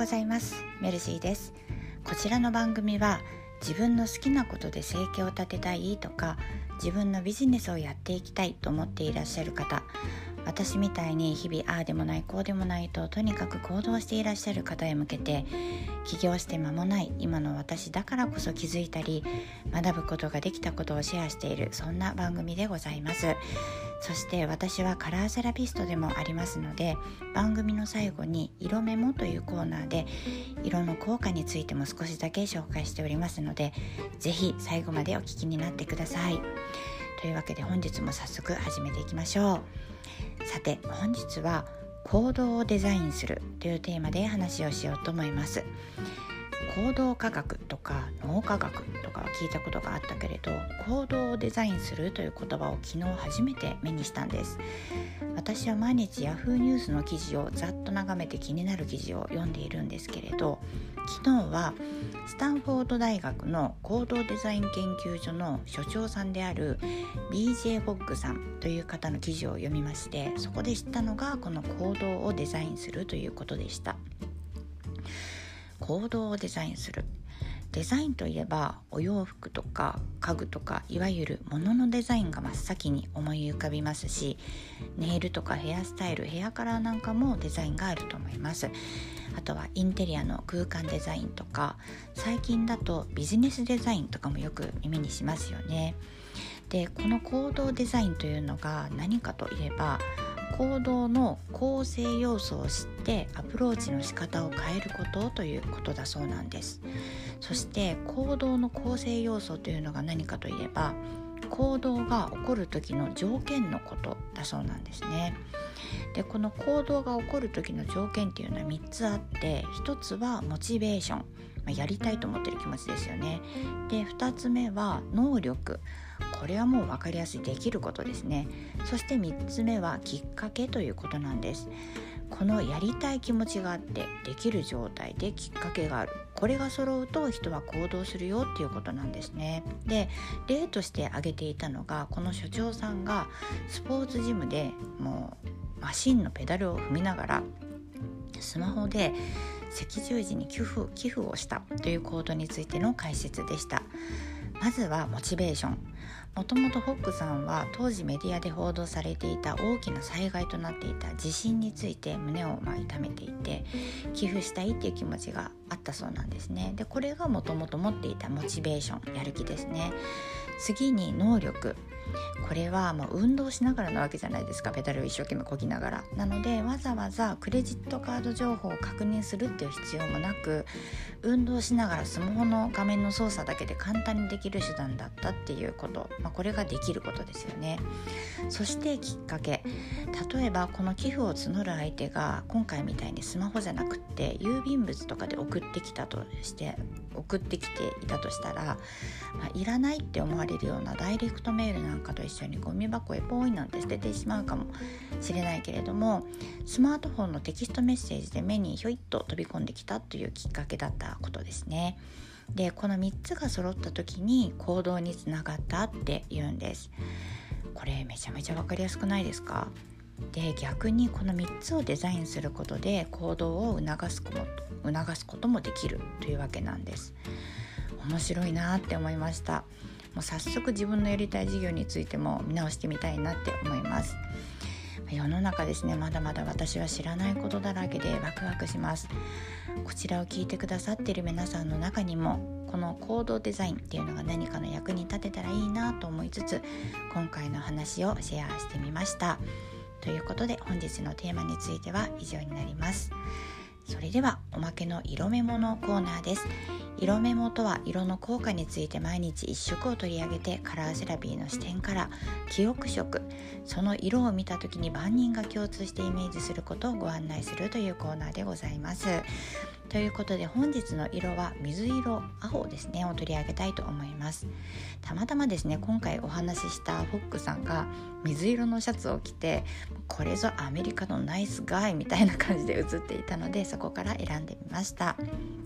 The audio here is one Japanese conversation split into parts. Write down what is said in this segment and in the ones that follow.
ございます。メルシーです。こちらの番組は自分の好きなことで生計を立てたいとか、自分のビジネスをやっていきたいと思っていらっしゃる方、私みたいに日々ああでもないこうでもないとにかく行動していらっしゃる方へ向けて、起業して間もない今の私だからこそ気づいたり学ぶことができたことをシェアしている、そんな番組でございます。そして私はカラーセラピストでもありますので、番組の最後に色メモというコーナーで色の効果についても少しだけ紹介しておりますので、ぜひ最後までお聞きになってください。というわけで本日も早速始めていきましょう。さて、本日は行動をデザインするというテーマで話をしようと思います。行動科学とか脳科学とかは聞いたことがあったけれど、行動をデザインするという言葉を昨日初めて目にしたんです。私は毎日ヤフーニュースの記事をざっと眺めて気になる記事を読んでいるんですけれど、昨日はスタンフォード大学の行動デザイン研究所の所長さんである BJ フォッグさんという方の記事を読みまして、そこで知ったのがこの行動をデザインするということでした。行動をデザインする。デザインといえばお洋服とか家具とか、いわゆる物のデザインが真っ先に思い浮かびますし、ネイルとかヘアスタイル、ヘアカラーなんかもデザインがあると思います。あとはインテリアの空間デザインとか、最近だとビジネスデザインとかもよく耳にしますよね。で、この行動デザインというのが何かといえば、行動の構成要素を知ってアプローチの仕方を変えることということだそうなんです。そして行動の構成要素というのが何かといえば、行動が起こる時の条件のことだそうなんですね。で、この行動が起こる時の条件っていうのは3つあって、1つはモチベーション、やりたいと思ってる気持ちですよね。で、2つ目は能力、これはもう分かりやすい、できることですね。そして3つ目はきっかけということなんです。このやりたい気持ちがあって、できる状態できっかけがある、これが揃うと人は行動するよっていうことなんですね。で、例として挙げていたのが、この所長さんがスポーツジムでもうマシンのペダルを踏みながらスマホで赤十字に寄付をしたという行動についての解説でした。まずはモチベーション。もともとホックさんは当時メディアで報道されていた大きな災害となっていた地震について胸を痛めていて、寄付したいっていう気持ちがあったそうなんですね。で、これがもともと持っていたモチベーション、やる気ですね。次に能力。これは運動しながらなわけじゃないですか。ペダルを一生懸命漕ぎながら。なのでわざわざクレジットカード情報を確認するっていう必要もなく、運動しながらスマホの画面の操作だけで簡単にできる手段だったっていうこと、これができることですよね。そしてきっかけ。例えばこの寄付を募る相手が今回みたいにスマホじゃなくって郵便物とかで送ってきていたとしたら、いらないって思われるようなダイレクトメールなんかと一緒にゴミ箱へポイなんて捨ててしまうかもしれないけれども、スマートフォンのテキストメッセージで目にひょいっと飛び込んできたというきっかけだったことですね。で、この3つが揃った時に行動につながったって言うんです。これめちゃめちゃ分かりやすくないですか？で、逆にこの3つをデザインすることで行動を促すこともできるというわけなんです。面白いなって思いました。もう早速自分のやりたい事業についても見直してみたいなって思います。世の中ですね、まだまだ私は知らないことだらけでワクワクします。こちらを聞いてくださっている皆さんの中にも、この行動デザインっていうのが何かの役に立てたらいいなと思いつつ、今回の話をシェアしてみました。ということで本日のテーマについては以上になります。それではおまけの色メモのコーナーです。色メモとは色の効果について毎日一色を取り上げて、カラーセラピーの視点から記憶色、その色を見た時に万人が共通してイメージすることをご案内するというコーナーでございます。ということで本日の色は水色、青ですねを取り上げたいと思います。たまたまですね、今回お話ししたフォックさんが水色のシャツを着て、これぞアメリカのナイスガイみたいな感じで写っていたので、そこから選んでみました。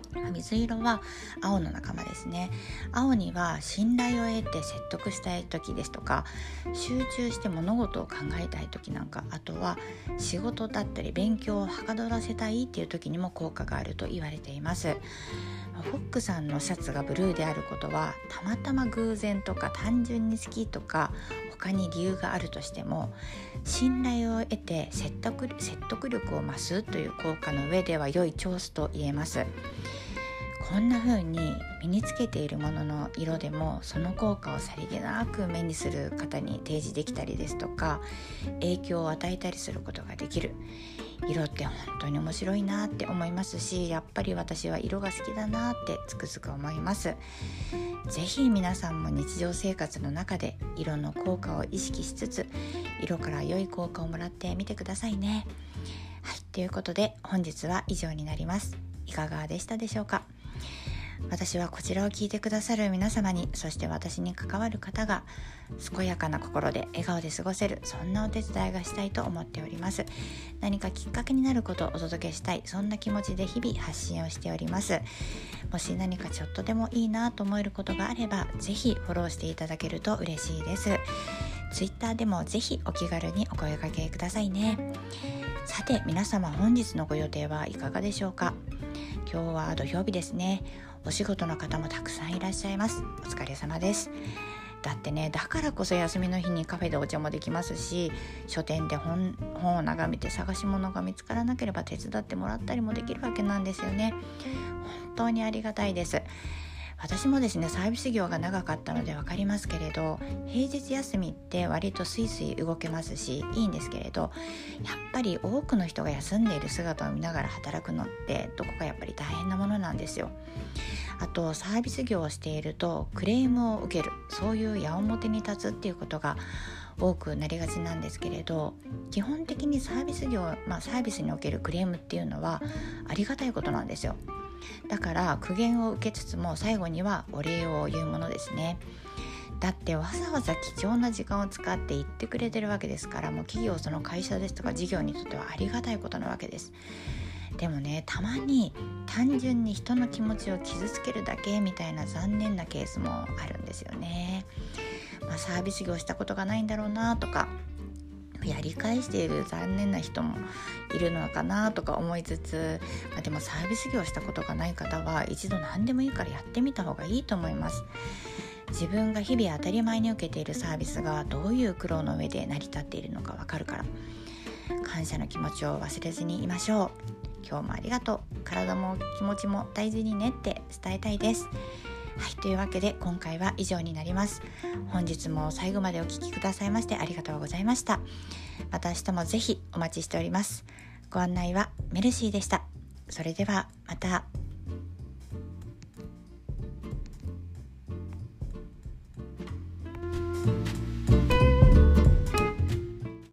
水色は青の仲間ですね。青には信頼を得て説得したい時ですとか、集中して物事を考えたい時なんか、あとは仕事だったり勉強をはかどらせたいっていう時にも効果があると言われています。フォックさんのシャツがブルーであることはたまたま偶然とか単純に好きとか他に理由があるとしても、信頼を得て説得力を増すという効果の上では良いチョイスと言えます。こんな風に身につけているものの色でもその効果をさりげなく目にする方に提示できたりですとか、影響を与えたりすることができる。色って本当に面白いなって思いますし、やっぱり私は色が好きだなってつくづく思います。ぜひ皆さんも日常生活の中で色の効果を意識しつつ、色から良い効果をもらってみてくださいね。はい、ということで本日は以上になります。いかがでしたでしょうか。私はこちらを聞いてくださる皆様に、そして私に関わる方が健やかな心で笑顔で過ごせる、そんなお手伝いがしたいと思っております。何かきっかけになることをお届けしたい、そんな気持ちで日々発信をしております。もし何かちょっとでもいいなと思えることがあれば、ぜひフォローしていただけると嬉しいです。Twitter でもぜひお気軽にお声掛けくださいね。さて皆様、本日のご予定はいかがでしょうか。今日は土曜日ですね。お仕事の方もたくさんいらっしゃいます。お疲れ様です。だってね、だからこそ休みの日にカフェでお茶もできますし、書店で本を眺めて探し物が見つからなければ手伝ってもらったりもできるわけなんですよね。本当にありがたいです。私もですね、サービス業が長かったので分かりますけれど、平日休みって割とスイスイ動けますしいいんですけれど、やっぱり多くの人が休んでいる姿を見ながら働くのってどこかやっぱり大変なものなんですよ。あとサービス業をしているとクレームを受ける、そういう矢面に立つっていうことが多くなりがちなんですけれど、基本的にサービス業、サービスにおけるクレームっていうのはありがたいことなんですよ。だから苦言を受けつつも最後にはお礼を言うものですね。だってわざわざ貴重な時間を使って言ってくれてるわけですから、もう企業、その会社ですとか事業にとってはありがたいことなわけです。でもね、たまに単純に人の気持ちを傷つけるだけみたいな残念なケースもあるんですよね。サービス業したことがないんだろうなとか、やり返している残念な人もいるのかなとか思いつつ、でもサービス業したことがない方は一度何でもいいからやってみた方がいいと思います。自分が日々当たり前に受けているサービスがどういう苦労の上で成り立っているのかわかるから、感謝の気持ちを忘れずにいましょう。今日もありがとう。体も気持ちも大事にねって伝えたいです。はい、というわけで今回は以上になります。本日も最後までお聞きくださいましてありがとうございました。また明日もぜひお待ちしております。ご案内はメルシーでした。それではまた。